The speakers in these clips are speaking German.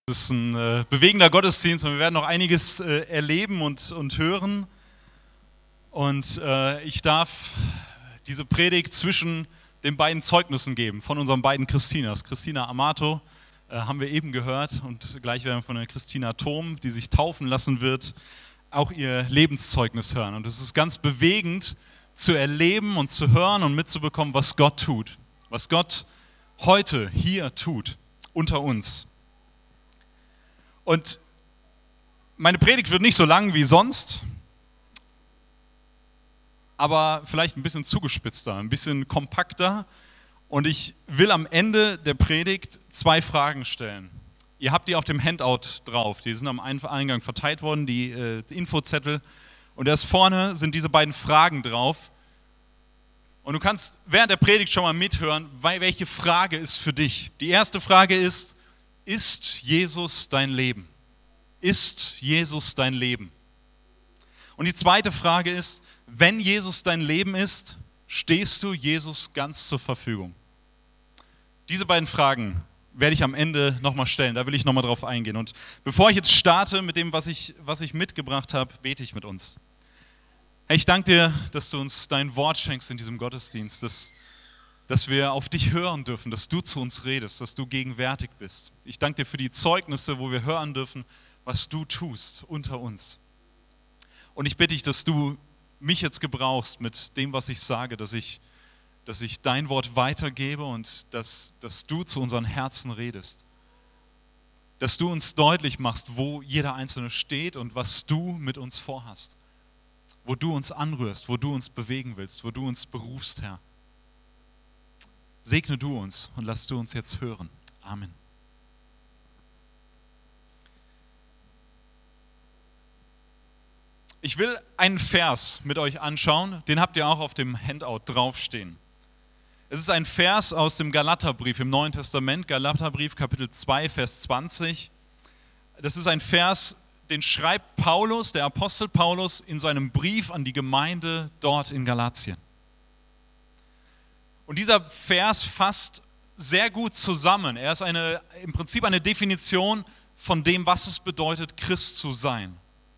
Es ist ein bewegender Gottesdienst und wir werden noch einiges erleben und hören. Und ich darf diese Predigt zwischen den beiden Zeugnissen geben, von unseren beiden Christinas. Christina Amato haben wir eben gehört und gleich werden wir von der Christina Thom, die sich taufen lassen wird, auch ihr Lebenszeugnis hören. Und es ist ganz bewegend zu erleben und zu hören und mitzubekommen, was Gott tut. Was Gott heute hier tut, unter uns. Und meine Predigt wird nicht so lang wie sonst, aber vielleicht ein bisschen zugespitzter, ein bisschen kompakter. Und ich will am Ende der Predigt 2 Fragen stellen. Ihr habt die auf dem Handout drauf, die sind am Eingang verteilt worden, die Infozettel. Und erst vorne sind diese beiden Fragen drauf. Und du kannst während der Predigt schon mal mithören, welche Frage ist für dich. Die erste Frage ist Jesus dein Leben? Ist Jesus dein Leben? Und die zweite Frage ist, wenn Jesus dein Leben ist, stehst du Jesus ganz zur Verfügung? Diese beiden Fragen werde ich am Ende nochmal stellen, da will ich nochmal drauf eingehen. Und bevor ich jetzt starte mit dem, was ich mitgebracht habe, bete ich mit uns. Herr, ich danke dir, dass du uns dein Wort schenkst in diesem Gottesdienst, dass wir auf dich hören dürfen, dass du zu uns redest, dass du gegenwärtig bist. Ich danke dir für die Zeugnisse, wo wir hören dürfen, was du tust unter uns. Und ich bitte dich, dass du mich jetzt gebrauchst mit dem, was ich sage, dass ich dein Wort weitergebe und dass du zu unseren Herzen redest. Dass du uns deutlich machst, wo jeder Einzelne steht und was du mit uns vorhast. Wo du uns anrührst, wo du uns bewegen willst, wo du uns berufst, Herr. Segne du uns und lass du uns jetzt hören. Amen. Ich will einen Vers mit euch anschauen, den habt ihr auch auf dem Handout draufstehen. Es ist ein Vers aus dem Galaterbrief im Neuen Testament, Galaterbrief Kapitel 2, Vers 20. Das ist ein Vers, den schreibt Paulus, der Apostel Paulus, in seinem Brief an die Gemeinde dort in Galatien. Und dieser Vers fasst sehr gut zusammen. Er ist im Prinzip eine Definition von dem, was es bedeutet, Christ zu sein.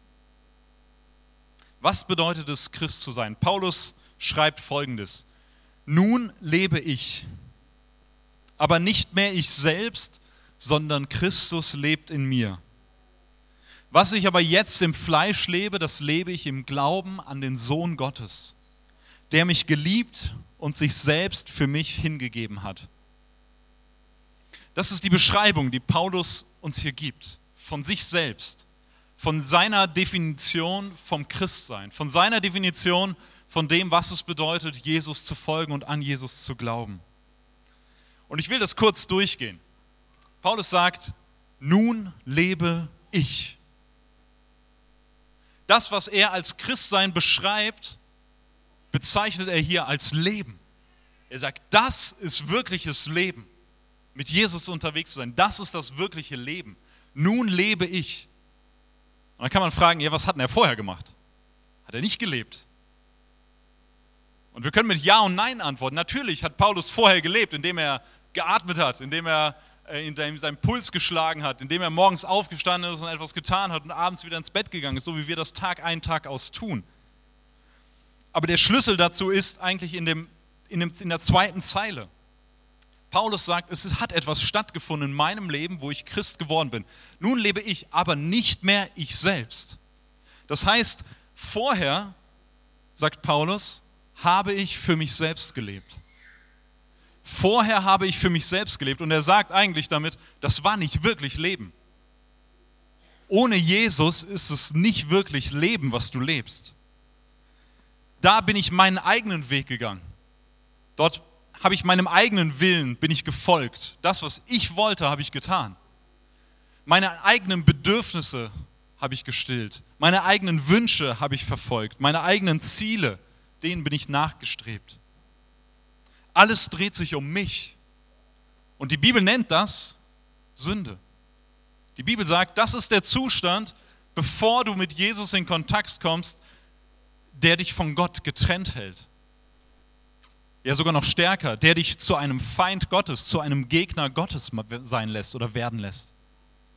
Was bedeutet es, Christ zu sein? Paulus schreibt Folgendes: Nun lebe ich, aber nicht mehr ich selbst, sondern Christus lebt in mir. Was ich aber jetzt im Fleisch lebe, das lebe ich im Glauben an den Sohn Gottes, der mich geliebt und sich selbst für mich hingegeben hat. Das ist die Beschreibung, die Paulus uns hier gibt, von sich selbst, von seiner Definition vom Christsein, von seiner Definition von dem, was es bedeutet, Jesus zu folgen und an Jesus zu glauben. Und ich will das kurz durchgehen. Paulus sagt, nun lebe ich. Das, was er als Christsein beschreibt, bezeichnet er hier als Leben. Er sagt, das ist wirkliches Leben. Mit Jesus unterwegs zu sein, das ist das wirkliche Leben. Nun lebe ich. Und dann kann man fragen, ja, was hat denn er vorher gemacht? Hat er nicht gelebt? Und wir können mit Ja und Nein antworten. Natürlich hat Paulus vorher gelebt, indem er geatmet hat, indem er seinen Puls geschlagen hat, indem er morgens aufgestanden ist und etwas getan hat und abends wieder ins Bett gegangen ist, so wie wir das Tag ein, Tag aus tun. Aber der Schlüssel dazu ist eigentlich in der zweiten Zeile. Paulus sagt, es hat etwas stattgefunden in meinem Leben, wo ich Christ geworden bin. Nun lebe ich, aber nicht mehr ich selbst. Das heißt, vorher, sagt Paulus, habe ich für mich selbst gelebt. Vorher habe ich für mich selbst gelebt und er sagt eigentlich damit, das war nicht wirklich Leben. Ohne Jesus ist es nicht wirklich Leben, was du lebst. Da bin ich meinen eigenen Weg gegangen. Dort habe ich meinem eigenen Willen, bin ich gefolgt. Das, was ich wollte, habe ich getan. Meine eigenen Bedürfnisse habe ich gestillt. Meine eigenen Wünsche habe ich verfolgt. Meine eigenen Ziele, denen bin ich nachgestrebt. Alles dreht sich um mich. Und die Bibel nennt das Sünde. Die Bibel sagt, das ist der Zustand, bevor du mit Jesus in Kontakt kommst, der dich von Gott getrennt hält. Ja, sogar noch stärker, der dich zu einem Feind Gottes, zu einem Gegner Gottes sein lässt oder werden lässt.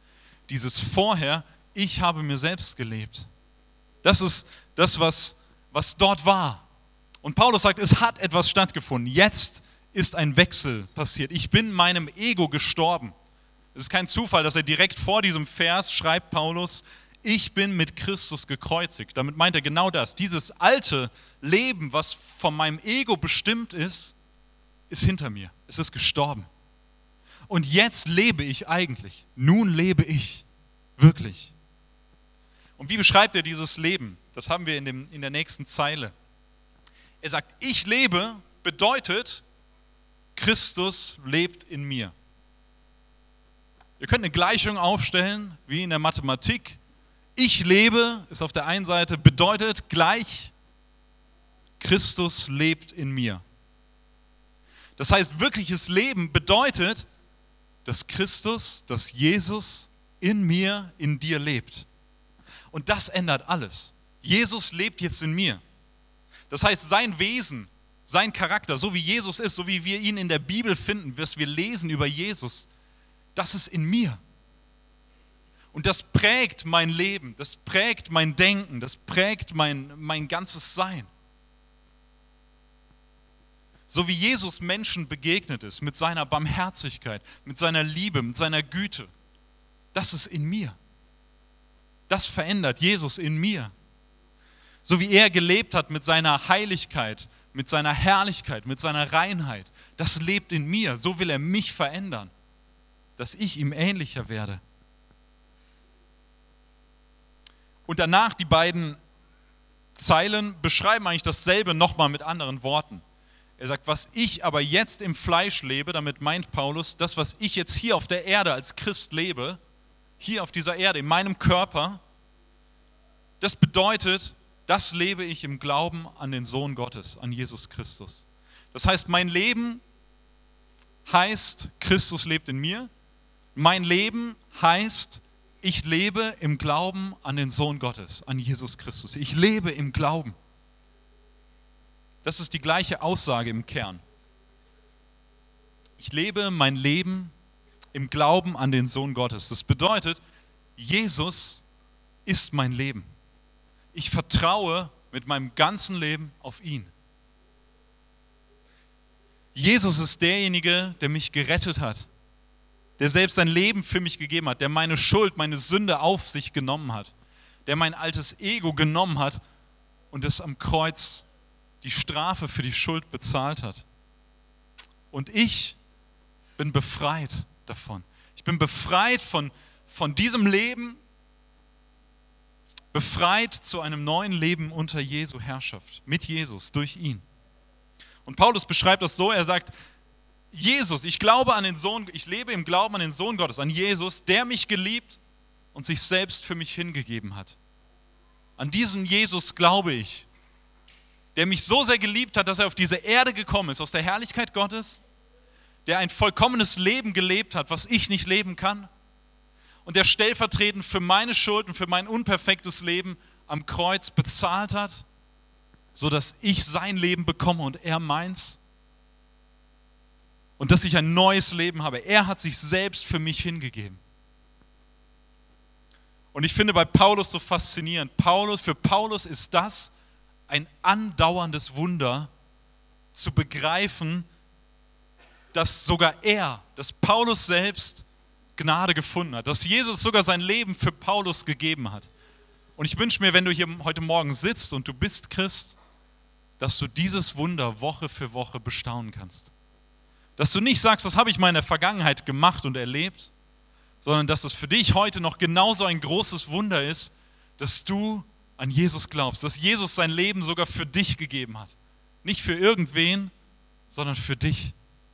dieses vorher, ich habe mir selbst gelebt. Das ist das, was dort war. Und Paulus sagt, es hat etwas stattgefunden. Jetzt ist ein Wechsel passiert. Ich bin meinem Ego gestorben. Es ist kein Zufall, dass er direkt vor diesem Vers schreibt, Paulus, ich bin mit Christus gekreuzigt. Damit meint er genau das. Dieses alte Leben, was von meinem Ego bestimmt ist hinter mir. Es ist gestorben. Und jetzt lebe ich eigentlich. Nun lebe ich. Wirklich. Und wie beschreibt er dieses Leben? Das haben wir in der nächsten Zeile. Er sagt, ich lebe bedeutet, Christus lebt in mir. Ihr könnt eine Gleichung aufstellen, wie in der Mathematik. Ich lebe ist auf der einen Seite bedeutet gleich, Christus lebt in mir. Das heißt, wirkliches Leben bedeutet, dass Christus, dass Jesus in mir, in dir lebt. Und das ändert alles. Jesus lebt jetzt in mir. Das heißt, sein Wesen, sein Charakter, so wie Jesus ist, so wie wir ihn in der Bibel finden, was wir lesen über Jesus, das ist in mir. Und das prägt mein Leben, das prägt mein Denken, das prägt mein ganzes Sein. So wie Jesus Menschen begegnet ist, mit seiner Barmherzigkeit, mit seiner Liebe, mit seiner Güte, das ist in mir. Das verändert Jesus in mir. So wie er gelebt hat mit seiner Heiligkeit, mit seiner Herrlichkeit, mit seiner Reinheit, das lebt in mir. So will er mich verändern, dass ich ihm ähnlicher werde. Und danach die beiden Zeilen beschreiben eigentlich dasselbe nochmal mit anderen Worten. Er sagt, was ich aber jetzt im Fleisch lebe, damit meint Paulus, das, was ich jetzt hier auf der Erde als Christ lebe, hier auf dieser Erde, in meinem Körper, das bedeutet, das lebe ich im Glauben an den Sohn Gottes, an Jesus Christus. Das heißt, mein Leben heißt, Christus lebt in mir. Mein Leben heißt, ich lebe im Glauben an den Sohn Gottes, an Jesus Christus. Ich lebe im Glauben. Das ist die gleiche Aussage im Kern. Ich lebe mein Leben im Glauben an den Sohn Gottes. Das bedeutet, Jesus ist mein Leben. Ich vertraue mit meinem ganzen Leben auf ihn. Jesus ist derjenige, der mich gerettet hat, der selbst sein Leben für mich gegeben hat, der meine Schuld, meine Sünde auf sich genommen hat, der mein altes Ego genommen hat und es am Kreuz die Strafe für die Schuld bezahlt hat. Und ich bin befreit davon. Ich bin befreit von diesem Leben, befreit zu einem neuen Leben unter Jesu Herrschaft, mit Jesus, durch ihn. Und Paulus beschreibt das so, er sagt, Jesus, ich glaube an den Sohn, ich lebe im Glauben an den Sohn Gottes, an Jesus, der mich geliebt und sich selbst für mich hingegeben hat. An diesen Jesus glaube ich, der mich so sehr geliebt hat, dass er auf diese Erde gekommen ist, aus der Herrlichkeit Gottes, der ein vollkommenes Leben gelebt hat, was ich nicht leben kann, und der stellvertretend für meine Schuld und für mein unperfektes Leben am Kreuz bezahlt hat, sodass ich sein Leben bekomme und er meins. Und dass ich ein neues Leben habe. Er hat sich selbst für mich hingegeben. Und ich finde bei Paulus so faszinierend, für Paulus ist das ein andauerndes Wunder, zu begreifen, dass sogar dass Paulus selbst Gnade gefunden hat, dass Jesus sogar sein Leben für Paulus gegeben hat. Und ich wünsche mir, wenn du hier heute Morgen sitzt und du bist Christ, dass du dieses Wunder Woche für Woche bestaunen kannst. Dass du nicht sagst, das habe ich mal in der Vergangenheit gemacht und erlebt, sondern dass es für dich heute noch genauso ein großes Wunder ist, dass du an Jesus glaubst, dass Jesus sein Leben sogar für dich gegeben hat. Nicht für irgendwen, sondern für dich.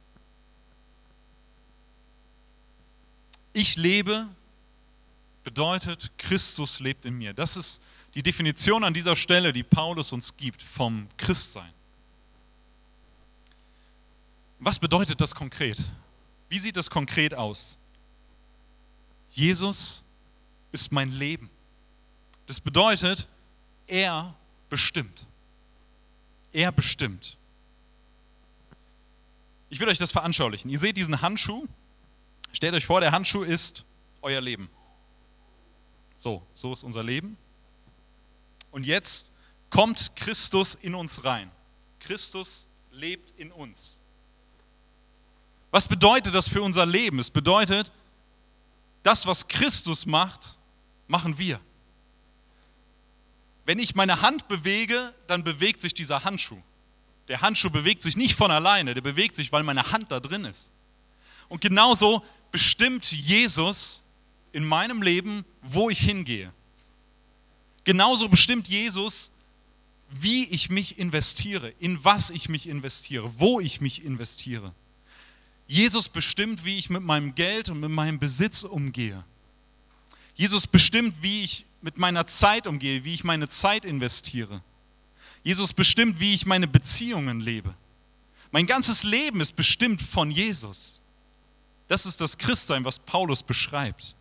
Ich lebe bedeutet, Christus lebt in mir. Das ist die Definition an dieser Stelle, die Paulus uns gibt vom Christsein. Was bedeutet das konkret? Wie sieht das konkret aus? Jesus ist mein Leben. Das bedeutet, er bestimmt. Er bestimmt. Ich will euch das veranschaulichen. Ihr seht diesen Handschuh. Stellt euch vor, der Handschuh ist euer Leben. So ist unser Leben. Und jetzt kommt Christus in uns rein. Christus lebt in uns. Was bedeutet das für unser Leben? Es bedeutet, das, was Christus macht, machen wir. Wenn ich meine Hand bewege, dann bewegt sich dieser Handschuh. Der Handschuh bewegt sich nicht von alleine, der bewegt sich, weil meine Hand da drin ist. Und genauso bestimmt Jesus in meinem Leben, wo ich hingehe. Genauso bestimmt Jesus, wie ich mich investiere, in was ich mich investiere, wo ich mich investiere. Jesus bestimmt, wie ich mit meinem Geld und mit meinem Besitz umgehe. Jesus bestimmt, wie ich mit meiner Zeit umgehe, wie ich meine Zeit investiere. Jesus bestimmt, wie ich meine Beziehungen lebe. Mein ganzes Leben ist bestimmt von Jesus. Das ist das Christsein, was Paulus beschreibt.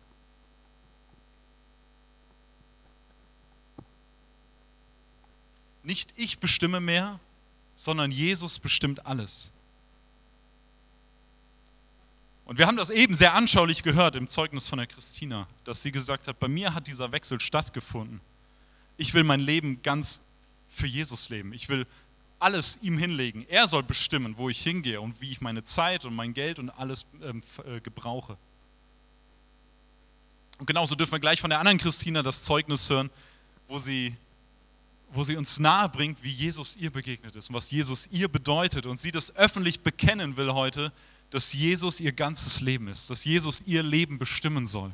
Nicht ich bestimme mehr, sondern Jesus bestimmt alles. Und wir haben das eben sehr anschaulich gehört im Zeugnis von der Christina, dass sie gesagt hat, bei mir hat dieser Wechsel stattgefunden. Ich will mein Leben ganz für Jesus leben. Ich will alles ihm hinlegen. Er soll bestimmen, wo ich hingehe und wie ich meine Zeit und mein Geld und alles gebrauche. Und genauso dürfen wir gleich von der anderen Christina das Zeugnis hören, wo sie uns nahe bringt, wie Jesus ihr begegnet ist und was Jesus ihr bedeutet. Und sie das öffentlich bekennen will heute, dass Jesus ihr ganzes Leben ist, dass Jesus ihr Leben bestimmen soll.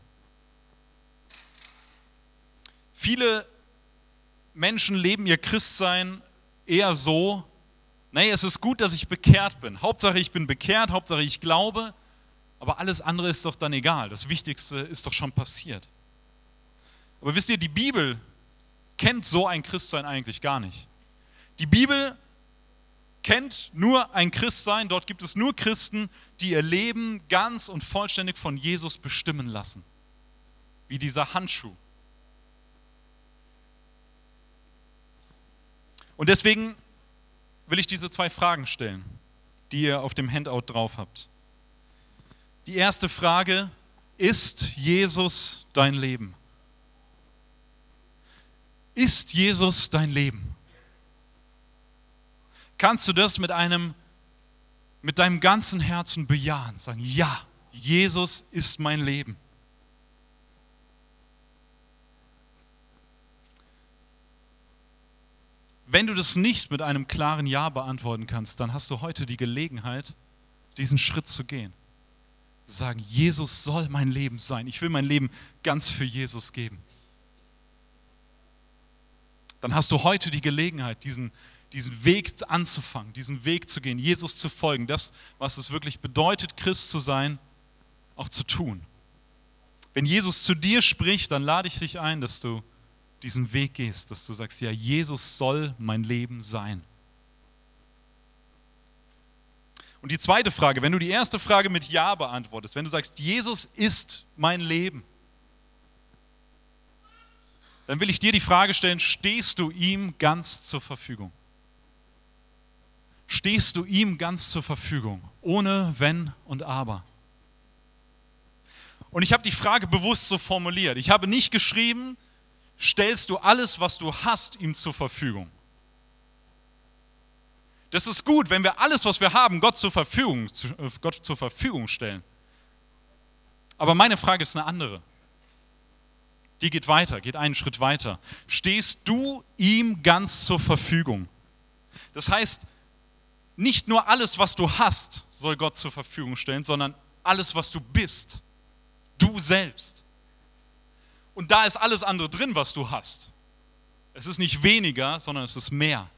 Viele Menschen leben ihr Christsein eher so, nee, es ist gut, dass ich bekehrt bin. Hauptsache ich bin bekehrt, Hauptsache ich glaube, aber alles andere ist doch dann egal. Das Wichtigste ist doch schon passiert. Aber wisst ihr, die Bibel kennt so ein Christsein eigentlich gar nicht. Die Bibel kennt nur ein Christsein, dort gibt es nur Christen, die ihr Leben ganz und vollständig von Jesus bestimmen lassen. Wie dieser Handschuh. Und deswegen will ich diese 2 Fragen stellen, die ihr auf dem Handout drauf habt. Die erste Frage, ist Jesus dein Leben? Ist Jesus dein Leben? Kannst du das mit deinem ganzen Herzen bejahen? Sagen, ja, Jesus ist mein Leben. Wenn du das nicht mit einem klaren Ja beantworten kannst, dann hast du heute die Gelegenheit, diesen Schritt zu gehen. Sagen, Jesus soll mein Leben sein. Ich will mein Leben ganz für Jesus geben. Dann hast du heute die Gelegenheit, diesen Weg anzufangen, diesen Weg zu gehen, Jesus zu folgen, das, was es wirklich bedeutet, Christ zu sein, auch zu tun. Wenn Jesus zu dir spricht, dann lade ich dich ein, dass du diesen Weg gehst, dass du sagst, ja, Jesus soll mein Leben sein. Und die zweite Frage, wenn du die erste Frage mit Ja beantwortest, wenn du sagst, Jesus ist mein Leben, dann will ich dir die Frage stellen, stehst du ihm ganz zur Verfügung? Stehst du ihm ganz zur Verfügung, ohne Wenn und Aber? Und ich habe die Frage bewusst so formuliert. Ich habe nicht geschrieben, stellst du alles, was du hast, ihm zur Verfügung. Das ist gut, wenn wir alles, was wir haben, Gott zur Verfügung stellen. Aber meine Frage ist eine andere. Die geht weiter, geht einen Schritt weiter. Stehst du ihm ganz zur Verfügung? Das heißt, nicht nur alles, was du hast, soll Gott zur Verfügung stellen, sondern alles, was du bist. Du selbst. Und da ist alles andere drin, was du hast. Es ist nicht weniger, sondern es ist mehr.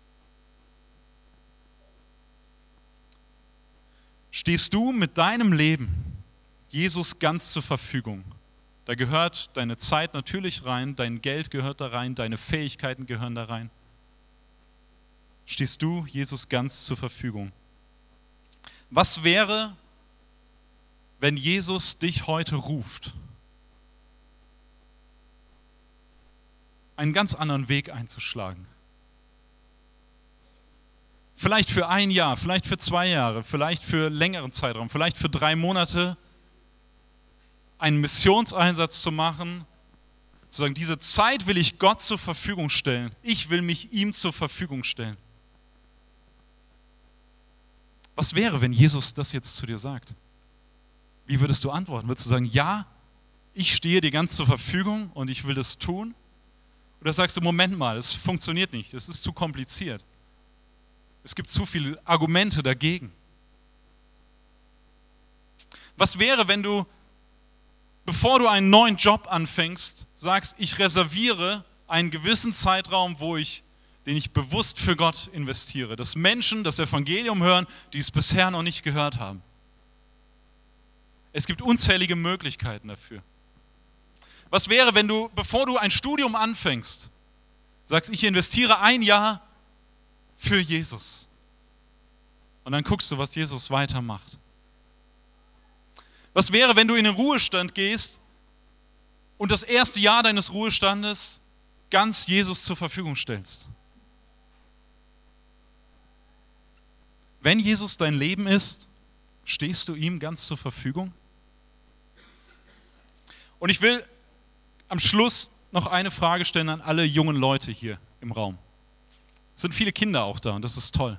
Stehst du mit deinem Leben Jesus ganz zur Verfügung? Da gehört deine Zeit natürlich rein, dein Geld gehört da rein, deine Fähigkeiten gehören da rein. Stehst du Jesus ganz zur Verfügung? Was wäre, wenn Jesus dich heute ruft, einen ganz anderen Weg einzuschlagen? Vielleicht für 1 Jahr, vielleicht für 2 Jahre, vielleicht für längeren Zeitraum, vielleicht für 3 Monate einen Missionseinsatz zu machen, Sozusagen diese Zeit will ich Gott zur Verfügung stellen. Ich will mich ihm zur Verfügung stellen. Was wäre, wenn Jesus das jetzt zu dir sagt? Wie würdest du antworten? Würdest du sagen, ja, ich stehe dir ganz zur Verfügung und ich will das tun? Oder sagst du, Moment mal, es funktioniert nicht, es ist zu kompliziert. Es gibt zu viele Argumente dagegen. Was wäre, wenn du, bevor du einen neuen Job anfängst, sagst, ich reserviere einen gewissen Zeitraum, den ich bewusst für Gott investiere, dass Menschen das Evangelium hören, die es bisher noch nicht gehört haben. Es gibt unzählige Möglichkeiten dafür. Was wäre, wenn du, bevor du ein Studium anfängst, sagst, ich investiere ein Jahr für Jesus. Und dann guckst du, was Jesus weitermacht. Was wäre, wenn du in den Ruhestand gehst und das erste Jahr deines Ruhestandes ganz Jesus zur Verfügung stellst? Wenn Jesus dein Leben ist, stehst du ihm ganz zur Verfügung? Und ich will am Schluss noch eine Frage stellen an alle jungen Leute hier im Raum. Es sind viele Kinder auch da und das ist toll.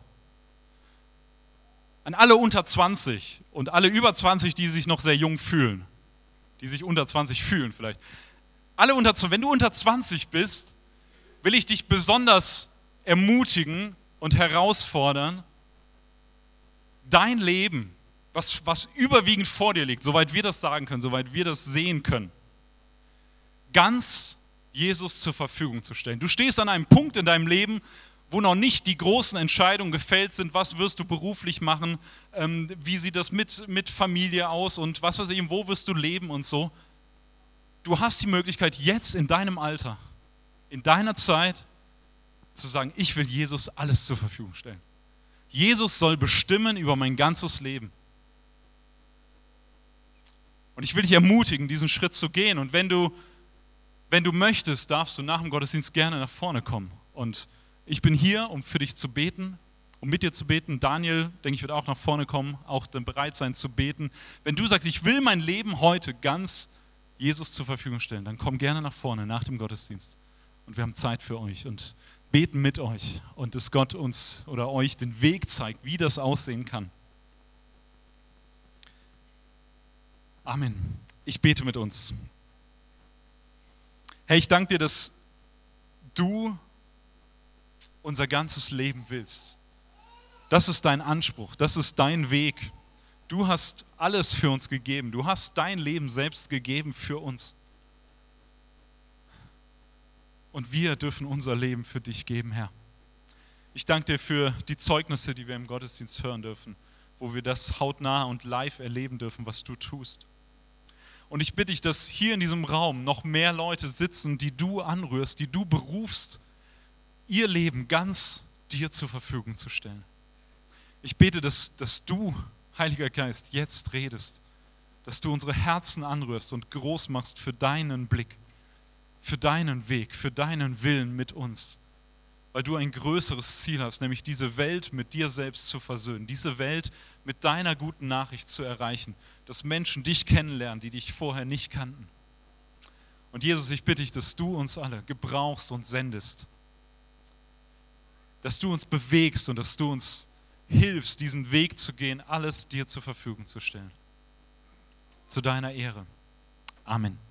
An alle unter 20 und alle über 20, die sich noch sehr jung fühlen, die sich unter 20 fühlen vielleicht. Wenn du unter 20 bist, will ich dich besonders ermutigen und herausfordern, dein Leben, was überwiegend vor dir liegt, soweit wir das sagen können, soweit wir das sehen können, ganz Jesus zur Verfügung zu stellen. Du stehst an einem Punkt in deinem Leben, wo noch nicht die großen Entscheidungen gefällt sind, was wirst du beruflich machen, wie sieht das mit Familie aus und was weiß ich, wo wirst du leben und so. Du hast die Möglichkeit jetzt in deinem Alter, in deiner Zeit zu sagen, ich will Jesus alles zur Verfügung stellen. Jesus soll bestimmen über mein ganzes Leben. Und ich will dich ermutigen, diesen Schritt zu gehen. Und wenn du möchtest, darfst du nach dem Gottesdienst gerne nach vorne kommen. Und ich bin hier, um für dich zu beten, um mit dir zu beten. Daniel, denke ich, wird auch nach vorne kommen, auch dann bereit sein zu beten. Wenn du sagst, ich will mein Leben heute ganz Jesus zur Verfügung stellen, dann komm gerne nach vorne nach dem Gottesdienst. Und wir haben Zeit für euch und beten mit euch. Und dass Gott uns oder euch den Weg zeigt, wie das aussehen kann. Amen. Ich bete mit uns. Herr, ich danke dir, dass du unser ganzes Leben willst. Das ist dein Anspruch, das ist dein Weg. Du hast alles für uns gegeben. Du hast dein Leben selbst gegeben für uns. Und wir dürfen unser Leben für dich geben, Herr. Ich danke dir für die Zeugnisse, die wir im Gottesdienst hören dürfen, wo wir das hautnah und live erleben dürfen, was du tust. Und ich bitte dich, dass hier in diesem Raum noch mehr Leute sitzen, die du anrührst, die du berufst, ihr Leben ganz dir zur Verfügung zu stellen. Ich bete, dass du, Heiliger Geist, jetzt redest, dass du unsere Herzen anrührst und groß machst für deinen Blick, für deinen Weg, für deinen Willen mit uns, weil du ein größeres Ziel hast, nämlich diese Welt mit dir selbst zu versöhnen, diese Welt mit deiner guten Nachricht zu erreichen, dass Menschen dich kennenlernen, die dich vorher nicht kannten. Und Jesus, ich bitte dich, dass du uns alle gebrauchst und sendest, dass du uns bewegst und dass du uns hilfst, diesen Weg zu gehen, alles dir zur Verfügung zu stellen. Zu deiner Ehre. Amen.